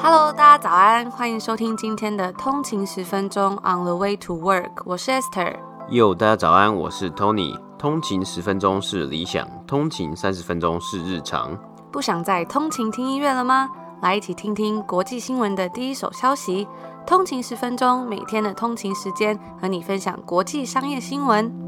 Hello， 大家早安，欢迎收听今天的通勤10分钟 On the way to work， 我是 Esther。 大家早安，我是 Tony。通勤10分钟是理想，通勤30分钟是日常。 不想再通勤听音乐了吗？来一起听听国际新闻的第一手消息。通勤10分钟，每天的通勤时间和你分享国际商业新闻。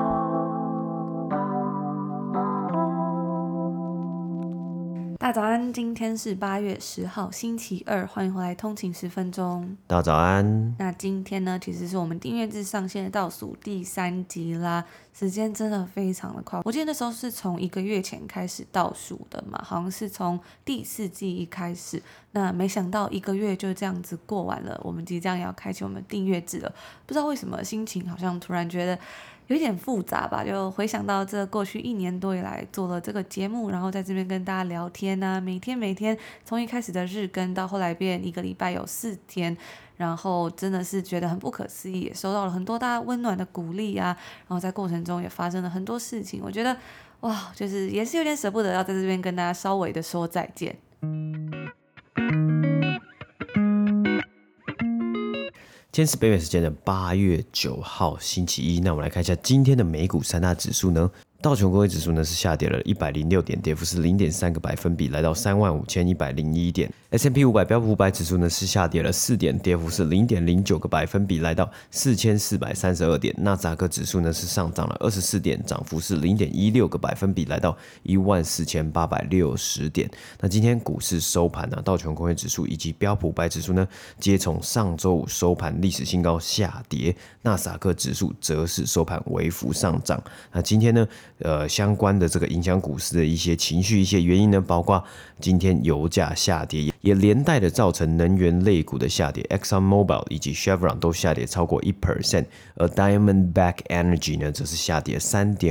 大家早安，今天是8月10号星期二，欢迎回来通勤10分钟。 大家早安。 那今天呢，其实是我们订阅制上线的倒数第3集啦，时间真的非常的快。我记得那时候是从1个月前开始倒数的嘛，好像是从第4季一开始。那没想到1个月就这样子过完了，我们即将也要开启我们订阅制了。不知道为什么心情好像突然觉得有点复杂吧，就回想到这过去1年多以来做了这个节目，然后在这边跟大家聊天啊，每天从一开始的日更到后来变1个礼拜有4天，然后真的是觉得很不可思议，也收到了很多大家温暖的鼓励啊，然后在过程中也发生了很多事情，我觉得哇，就是也是有点舍不得要在这边跟大家稍微的说再见。 今天是北美时间的8月9号星期一，那我们来看一下今天的美股3大指数呢。道琼工业指数呢是下跌了106点，跌幅是 0.3 个百分比，来到35,101点。S&P 500标普500指数呢是下跌了4点，跌幅是 0.09 个百分比，来到4,432点。纳斯达克指数呢是上涨了24点，涨幅是 0.16 个百分比，来到14,860点。那今天股市收盘道琼工业指数以及标普500指数呢皆从上周五收盘历史新高下跌，纳斯达克指数则是收盘微幅上涨。那今天呢相关的这个影响股市的一些情绪、一些原因呢，包括今天油价下跌，也连带的造成能源类股的下跌 ，ExxonMobil 以及 Chevron 都下跌超过 1%， 而 Diamondback Energy 呢则是下跌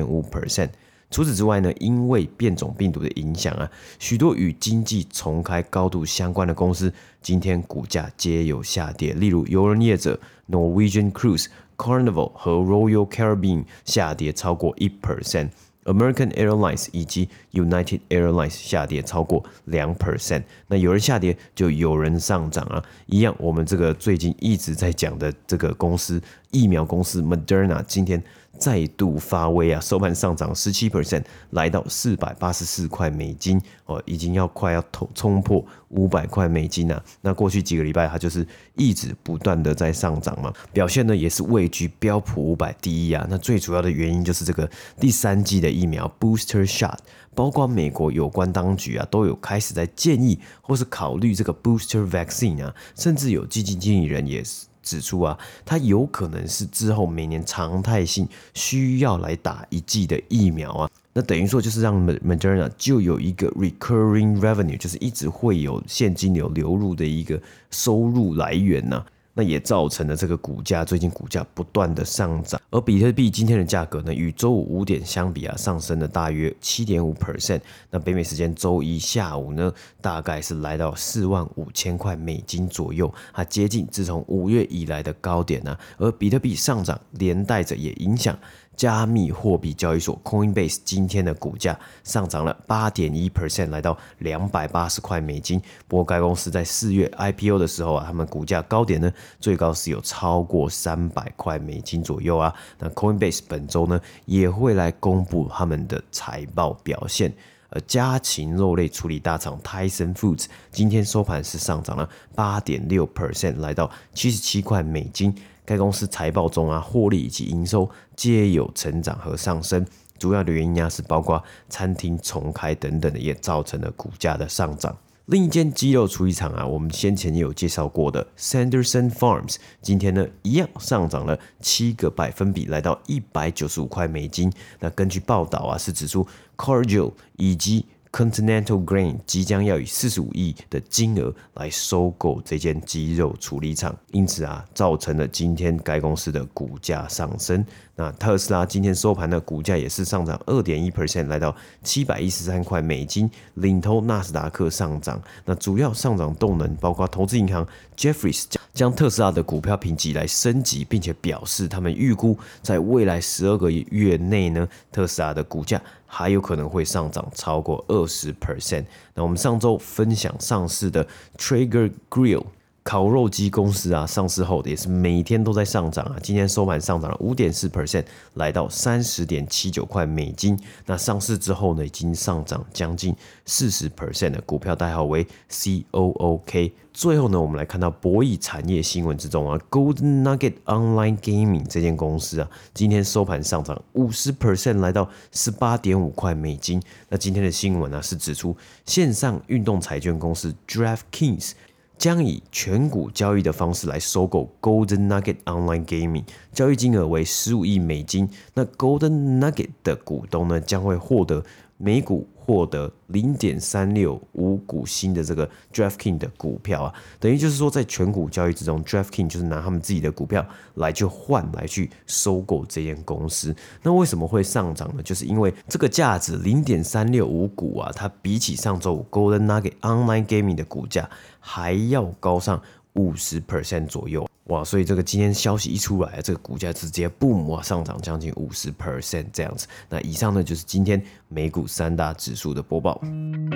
3.5%。除此之外呢，因为变种病毒的影响啊，许多与经济重开高度相关的公司，今天股价皆有下跌。例如邮轮业者 Norwegian Cruise、Carnival 和 Royal Caribbean 下跌超过 1%。American Airlines 以及 United Airlines 下跌超过 2%， 那有人下跌就有人上涨啊，一样我们这个最近一直在讲的这个公司疫苗公司 Moderna 今天再度发威啊，收盘上涨 17%， 来到484块美金已经快要冲破500块美金啊。那过去几个礼拜它就是一直不断的在上涨嘛，表现呢也是位居标普500第一啊。那最主要的原因就是这个第3剂的疫苗 Booster Shot， 包括美国有关当局啊都有开始在建议或是考虑这个 Booster Vaccine 啊，甚至有基金经理人也指出啊，它有可能是之后每年常态性需要来打1剂的疫苗啊。那等于说就是让 Moderna 就有一个 recurring revenue， 就是一直会有现金流流入的一个收入来源啊。那也造成了这个最近股价不断的上涨，而比特币今天的价格呢，与周五5点相比啊，上升了大约 7.5%。那北美时间周一下午呢，大概是来到45000块美金左右，接近自从5月以来的高点啊。而比特币上涨，连带着也影响加密货币交易所 Coinbase 今天的股价上涨了 8.1%， 来到280块美金。不过该公司在4月 IPO 的时候啊，他们股价高点呢，最高是有超过300块美金左右啊。那 Coinbase 本周呢，也会来公布他们的财报表现。家禽肉类处理大厂 Tyson Foods 今天收盘是上涨了 8.6%， 来到77块美金。该公司财报中啊，获利以及营收皆有成长和上升，主要的原因啊是包括餐厅重开等等的，也造成了股价的上涨。另一间鸡肉处理厂啊，我们先前也有介绍过的 Sanderson Farms， 今天呢一样上涨了7个百分比，来到195块美金。那根据报道啊，是指出 Cargill 以及Continental Grain 即将要以45亿的金额来收购这间鸡肉处理厂，因此啊，造成了今天该公司的股价上升。那特斯拉今天收盘的股价也是上涨 2.1%， 来到713块美金，领头纳斯达克上涨。那主要上涨动能包括投资银行 Jefferies 将特斯拉的股票评级来升级，并且表示他们预估在未来12个月内呢，特斯拉的股价还有可能会上涨超过20%。那我们上周分享上市的 Traeger Grill烤肉机公司啊，上市后也是每天都在上涨啊。今天收盘上涨了5.4%，来到30.79块美金。那上市之后呢，已经上涨将近40%的股票代号为 COOK。最后呢，我们来看到博弈产业新闻之中啊 ，Golden Nugget Online Gaming 这间公司啊，今天收盘上涨50%，来到18.5块美金。那今天的新闻呢，是指出线上运动彩券公司 DraftKings将以全股交易的方式来收购 Golden Nugget Online Gaming， 交易金额为15亿美金。那 Golden Nugget 的股东呢，将会每股获得 0.365 股新的这个 DraftKings 的股票啊，等于就是说在全股交易之中 ，DraftKings 就是拿他们自己的股票来去收购这间公司。那为什么会上涨呢？就是因为这个价值 0.365 股啊，它比起上周五 Golden Nugget Online Gaming 的股价还要高上50% 左右。哇，所以这个今天消息一出来，这个股价直接 boom 上涨将近50% 这样子。那以上呢就是今天美股3大指数的播报。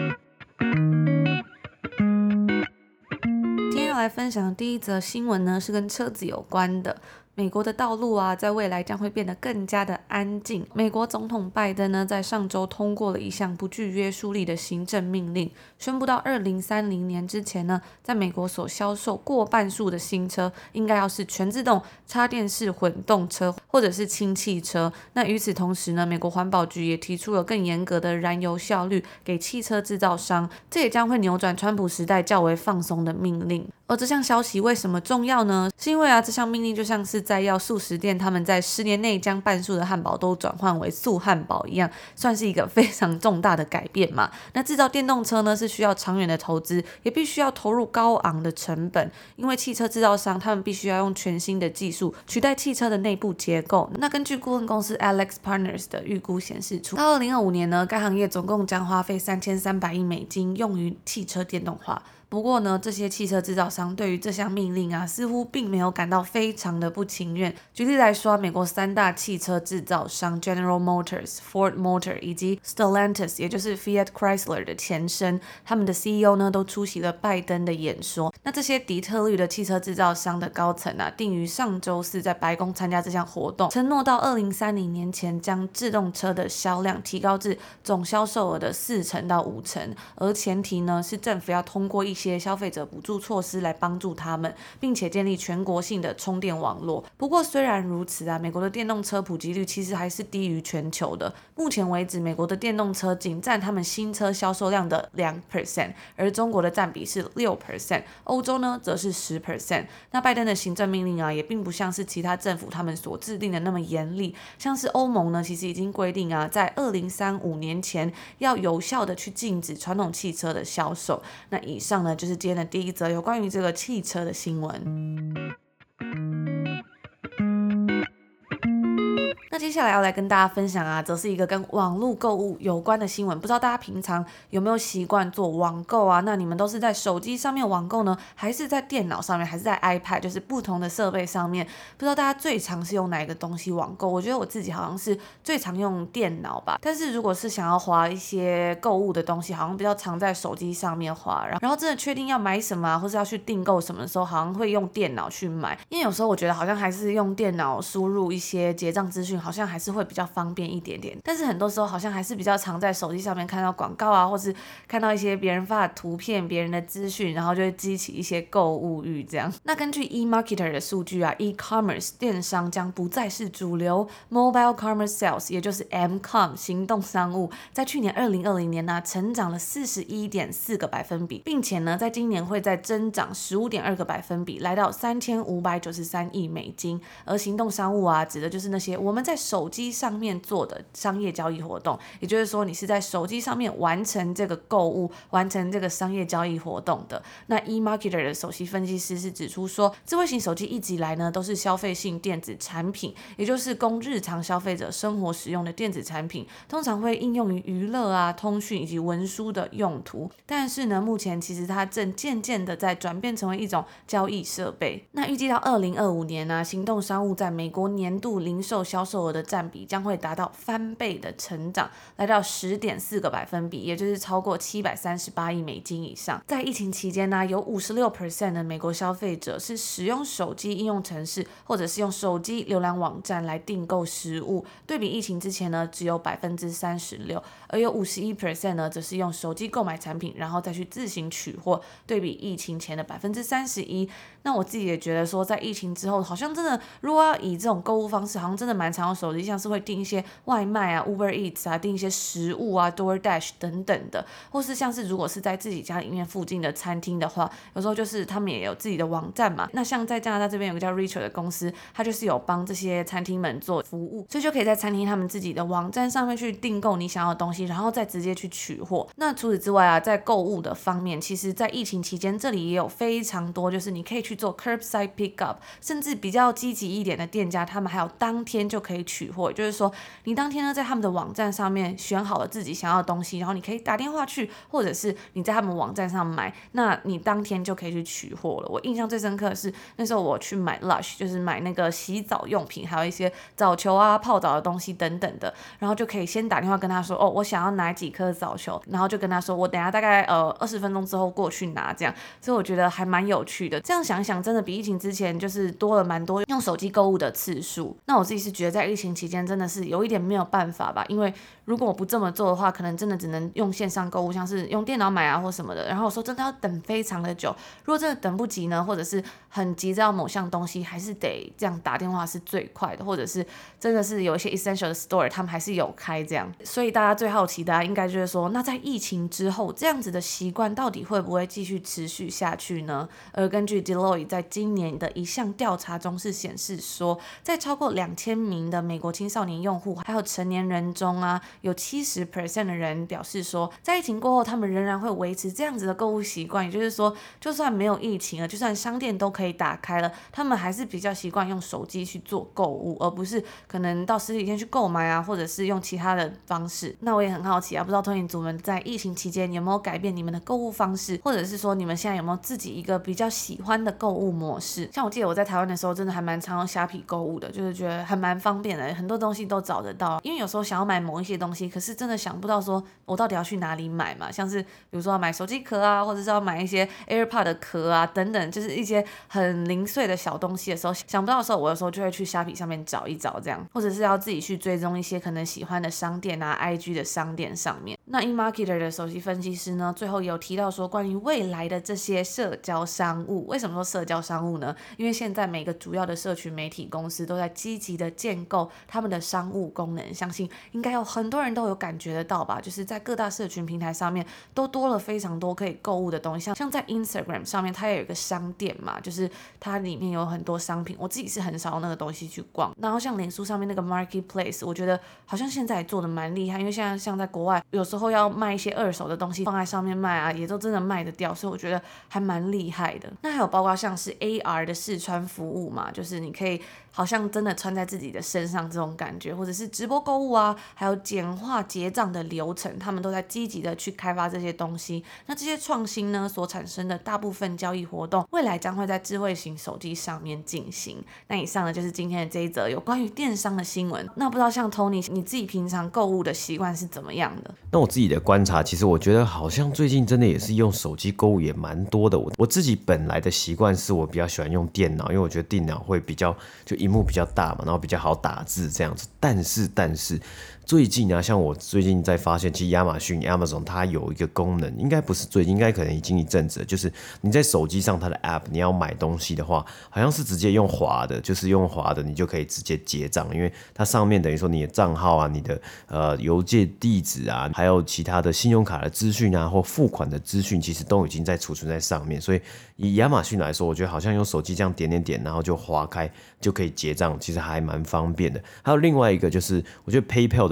今天要来分享的第一则新闻呢，是跟车子有关的。美国的道路啊，在未来将会变得更加的安静。美国总统拜登呢，在上周通过了一项不具约束力的行政命令，宣布到2030年之前呢，在美国所销售过半数的新车，应该要是全自动插电式混动车或者是氢气车。那与此同时呢，美国环保局也提出了更严格的燃油效率给汽车制造商，这也将会扭转川普时代较为放松的命令。而这项消息为什么重要呢？是因为这项命令就像是在要速食店他们在10年内将半数的汉堡都转换为素汉堡一样，算是一个非常重大的改变嘛。那制造电动车呢，是需要长远的投资，也必须要投入高昂的成本，因为汽车制造商他们必须要用全新的技术取代汽车的内部结构。那根据顾问公司 Alex Partners 的预估显示出，到2025年呢，该行业总共将花费3300亿美金用于汽车电动化。不过呢，这些汽车制造商对于这项命令似乎并没有感到非常的不情愿。举例来说，美国3大汽车制造商 General Motors、Ford Motor 以及 Stellantis， 也就是 Fiat Chrysler 的前身，他们的 CEO 呢都出席了拜登的演说。那这些底特律的汽车制造商的高层定于上周四在白宫参加这项活动，承诺到2030年前将自动车的销量提高至总销售额的40%到50%，而前提呢是政府要通过一些消费者补助措施来帮助他们，并且建立全国性的充电网络。不过虽然如此美国的电动车普及率其实还是低于全球的。目前为止，美国的电动车仅占他们新车销售量的 2%， 而中国的占比是 6%， 欧洲呢则是 10%。 那拜登的行政命令也并不像是其他政府他们所制定的那么严厉，像是欧盟呢其实已经规定在2035年前要有效的去禁止传统汽车的销售。那以上呢就是今天的第一则有关于这个汽车的新闻。那接下来要来跟大家分享则是一个跟网络购物有关的新闻。不知道大家平常有没有习惯做网购那你们都是在手机上面网购呢，还是在电脑上面，还是在 iPad， 就是不同的设备上面？不知道大家最常是用哪一个东西网购？我觉得我自己好像是最常用电脑吧，但是如果是想要滑一些购物的东西，好像比较常在手机上面滑，然后真的确定要买什么或是要去订购什么的时候，好像会用电脑去买。因为有时候我觉得好像还是用电脑输入一些结账资讯，好像还是会比较方便一点点，但是很多时候好像还是比较常在手机上面看到广告或是看到一些别人发的图片、别人的资讯，然后就会激起一些购物欲这样。那根据 eMarketer 的数据e-commerce 电商将不再是主流 ，Mobile Commerce Sales 也就是 MCOM 行动商务，在去年2020年成长了41.4个百分比，并且呢在今年会再增长15.2个百分比，来到3593亿美金。而行动商务指的就是那些我们在手机上面做的商业交易活动，也就是说你是在手机上面完成这个购物、完成这个商业交易活动的。那 eMarketer 的首席分析师是指出说，智慧型手机一直以来呢都是消费性电子产品，也就是供日常消费者生活使用的电子产品，通常会应用于娱乐通讯以及文书的用途。但是呢，目前其实它正渐渐的在转变成为一种交易设备。那预计到2025年行动商务在美国年度零售销售额额的占比将会达到翻倍的成长，来到10.4个百分比，也就是超过738亿美金以上。在疫情期间呢，有56% 的美国消费者是使用手机应用程式或者是用手机浏览网站来订购食物，对比疫情之前呢只有36%，而有51% 呢则是用手机购买产品，然后再去自行取货，对比疫情前的31%。那我自己也觉得说，在疫情之后，好像真的如果要以这种购物方式，好像真的蛮常用手机，像是会订一些外卖啊 Uber Eats 啊，订一些食物啊 DoorDash 等等的，或是像是如果是在自己家里面附近的餐厅的话，有时候就是他们也有自己的网站嘛。那像在加拿大这边有个叫 Richer 的公司，它就是有帮这些餐厅们做服务，所以就可以在餐厅他们自己的网站上面去订购你想要的东西，然后再直接去取货。那除此之外啊，在购物的方面，其实在疫情期间，这里也有非常多，就是你可以去做 curbside pickup， 甚至比较积极一点的店家，他们还有当天就可以取货，也就是说，你当天呢在他们的网站上面选好了自己想要的东西，然后你可以打电话去，或者是你在他们网站上买，那你当天就可以去取货了。我印象最深刻的是那时候我去买 Lush， 就是买那个洗澡用品，还有一些澡球啊、泡澡的东西等等的，然后就可以先打电话跟他说，哦，我想要哪几颗澡球，然后就跟他说，我等一下大概20分钟之后过去拿，这样。所以我觉得还蛮有趣的。这样想一想，真的比疫情之前就是多了蛮多用手机购物的次数。那我自己是觉得在疫情期间真的是有一点没有办法吧，因为如果我不这么做的话，可能真的只能用线上购物，像是用电脑买啊或什么的。然后我说真的要等非常的久，如果真的等不及呢，或者是很急着要某项东西，还是得这样打电话是最快的，或者是真的是有一些 essential 的 store 他们还是有开这样。所以大家最好奇的应该就是说，那在疫情之后这样子的习惯到底会不会继续持续下去呢？而根据 Deloitte 在今年的一项调查中是显示说，在超过2000名的美国青少年用户还有成年人中啊，有70% 的人表示说，在疫情过后他们仍然会维持这样子的购物习惯，也就是说就算没有疫情了，就算商店都可以打开了，他们还是比较习惯用手机去做购物，而不是可能到实体店去购买啊，或者是用其他的方式。那我也很好奇啊，不知道通勤族们在疫情期间有没有改变你们的购物方式，或者是说你们现在有没有自己一个比较喜欢的购物模式？像我记得我在台湾的时候真的还蛮常用虾皮购物的，就是觉得还蛮方便的，很多东西都找得到。因为有时候想要买某一些东西，可是真的想不到说我到底要去哪里买嘛，像是比如说要买手机壳啊，或者是要买一些 AirPod 的壳啊等等，就是一些很零碎的小东西的时候，想不到的时候，我有时候就会去虾皮上面找一找这样，或者是要自己去追踪一些可能喜欢的商店啊 IG 的商店上面。那 eMarketer 的首席分析师呢，最后也有提到说，关于未来的这些社交商务，为什么说社交商务呢？因为现在每个主要的社群媒体公司都在积极的建构他们的商务功能，相信应该有很多人都有感觉得到吧，就是在各大社群平台上面都多了非常多可以购物的东西，像在 Instagram 上面它也有一个商店嘛，就是它里面有很多商品，我自己是很少用那个东西去逛。然后像脸书上面那个 Marketplace， 我觉得好像现在也做的蛮厉害，因为现在像在国外有时候要卖一些二手的东西放在上面卖啊，也都真的卖得掉，所以我觉得还蛮厉害的。那还有包括像是 AR 的试穿服务嘛，就是你可以好像真的穿在自己的身上这种感觉，或者是直播购物啊，还有简化结账的流程，他们都在积极的去开发这些东西。那这些创新呢所产生的大部分交易活动，未来将会在智慧型手机上面进行。那以上呢就是今天的这一则有关于电商的新闻。那不知道像 Tony 你自己平常购物的习惯是怎么样的？ 那我自己的观察，其实我觉得好像最近真的也是用手机购物也蛮多的。我自己本来的习惯是我比较喜欢用电脑，因为我觉得电脑会比较就萤幕比较大嘛，然后比较好打字这样子。但是最近啊，像我最近在发现，其实亚马逊 Amazon 它有一个功能，应该不是最近，应该可能已经一阵子了，就是你在手机上它的 App， 你要买东西的话，好像是直接用滑的，就是用滑的，你就可以直接结账，因为它上面等于说你的账号啊、你的邮件地址啊，还有其他的信用卡的资讯啊，或付款的资讯，其实都已经在储存在上面。所以以亚马逊来说，我觉得好像用手机这样点，然后就滑开就可以结账，其实还蛮方便的。还有另外一个就是，我觉得 PayPal 的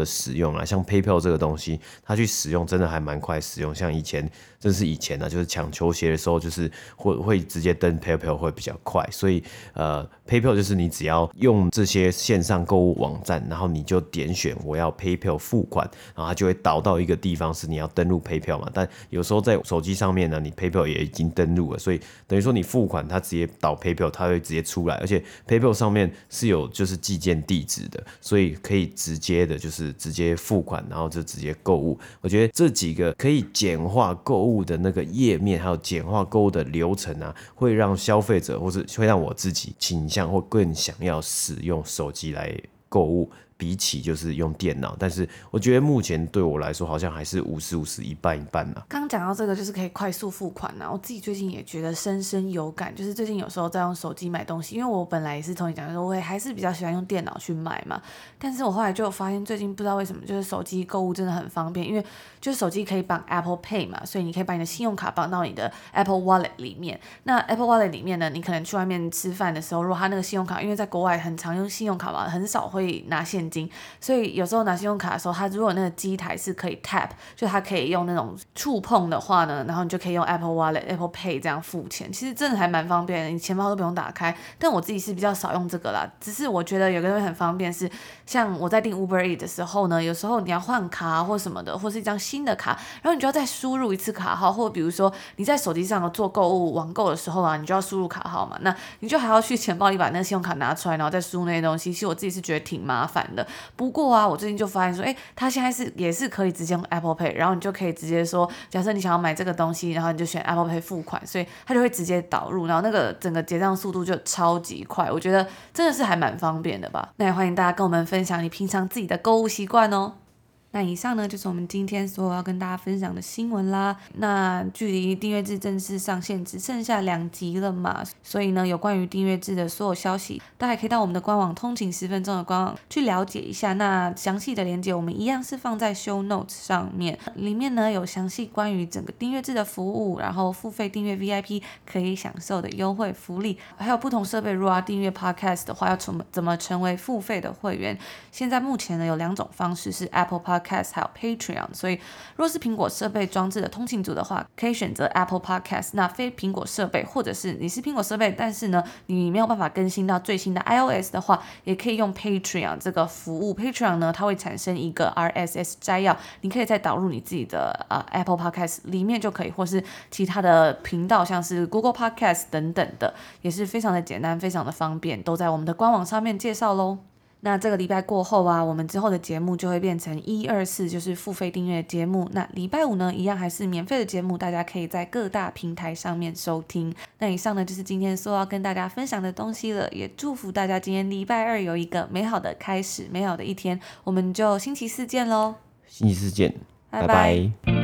使用啦，像 PayPal 这个东西，它去使用真的还蛮快使用。像以前就是抢球鞋的时候，就是会直接登 PayPal 会比较快，所以PayPal 就是你只要用这些线上购物网站，然后你就点选我要 PayPal 付款，然后它就会导到一个地方是你要登录 PayPal 嘛。但有时候在手机上面呢，你 PayPal 也已经登录了，所以等于说你付款，它直接导 PayPal， 它会直接出来，而且 PayPal 上面是有就是寄件地址的，所以可以直接的就是直接付款，然后就直接购物。我觉得这几个可以简化购物的那个页面，还有简化购物的流程啊，会让消费者或是会让我自己倾向或更想要使用手机来购物，比起就是用电脑。但是我觉得目前对我来说好像还是50-50，一半一半啦。 刚讲到这个就是可以快速付款我自己最近也觉得深深有感，就是最近有时候在用手机买东西，因为我本来也是同你讲说，我也还是比较喜欢用电脑去买嘛，但是我后来就发现最近不知道为什么，就是手机购物真的很方便，因为就是手机可以绑 Apple Pay 嘛，所以你可以把你的信用卡绑到你的 Apple Wallet 里面。那 Apple Wallet 里面呢，你可能去外面吃饭的时候，如果他那个信用卡，因为在国外很常用信用卡嘛，很少会拿现金，所以有时候拿信用卡的时候，它如果那个机台是可以 tap， 就它可以用那种触碰的话呢，然后你就可以用 Apple Wallet、Apple Pay 这样付钱，其实真的还蛮方便的，你钱包都不用打开。但我自己是比较少用这个啦，只是我觉得有个东西很方便是，像我在订 Uber Eats 的时候呢，有时候你要换卡或什么的，或是一张新的卡，然后你就要再输入一次卡号，或者比如说你在手机上做购物网购的时候啊，你就要输入卡号嘛，那你就还要去钱包里把那个信用卡拿出来，然后再输入那些东西，其实我自己是觉得挺麻烦的。不过我最近就发现说，它现在也是可以直接用 Apple Pay， 然后你就可以直接说，假设你想要买这个东西，然后你就选 Apple Pay 付款，所以它就会直接导入，然后那个整个结账速度就超级快，我觉得真的是还蛮方便的吧。那也欢迎大家跟我们分享你平常自己的购物习惯哦。那以上呢就是我们今天所有要跟大家分享的新闻啦。那距离订阅制正式上线只剩下2集了嘛，所以呢有关于订阅制的所有消息，大家可以到我们的官网通勤10分钟的官网去了解一下。那详细的连结我们一样是放在 show notes 上面，里面呢有详细关于整个订阅制的服务，然后付费订阅 VIP 可以享受的优惠福利，还有不同设备如果要订阅 podcast 的话要怎么成为付费的会员。现在目前呢有2种方式，是 Apple Podcast 还有 Patreon， 所以如果是苹果设备装置的通勤族的话，可以选择 Apple Podcast。 那非苹果设备或者是你是苹果设备，但是呢你没有办法更新到最新的 iOS 的话，也可以用 Patreon 这个服务。 Patreon 呢它会产生一个 RSS 摘要，你可以再导入你自己的Apple Podcast 里面就可以，或是其他的频道像是 Google Podcast 等等的，也是非常的简单非常的方便，都在我们的官网上面介绍咯。那这个礼拜过后我们之后的节目就会变成1、2、4，就是付费订阅节目。那礼拜5呢，一样还是免费的节目，大家可以在各大平台上面收听。那以上呢，就是今天所要跟大家分享的东西了，也祝福大家今天礼拜2有一个美好的开始，美好的一天。我们就星期4见咯。 星期4见，拜拜拜。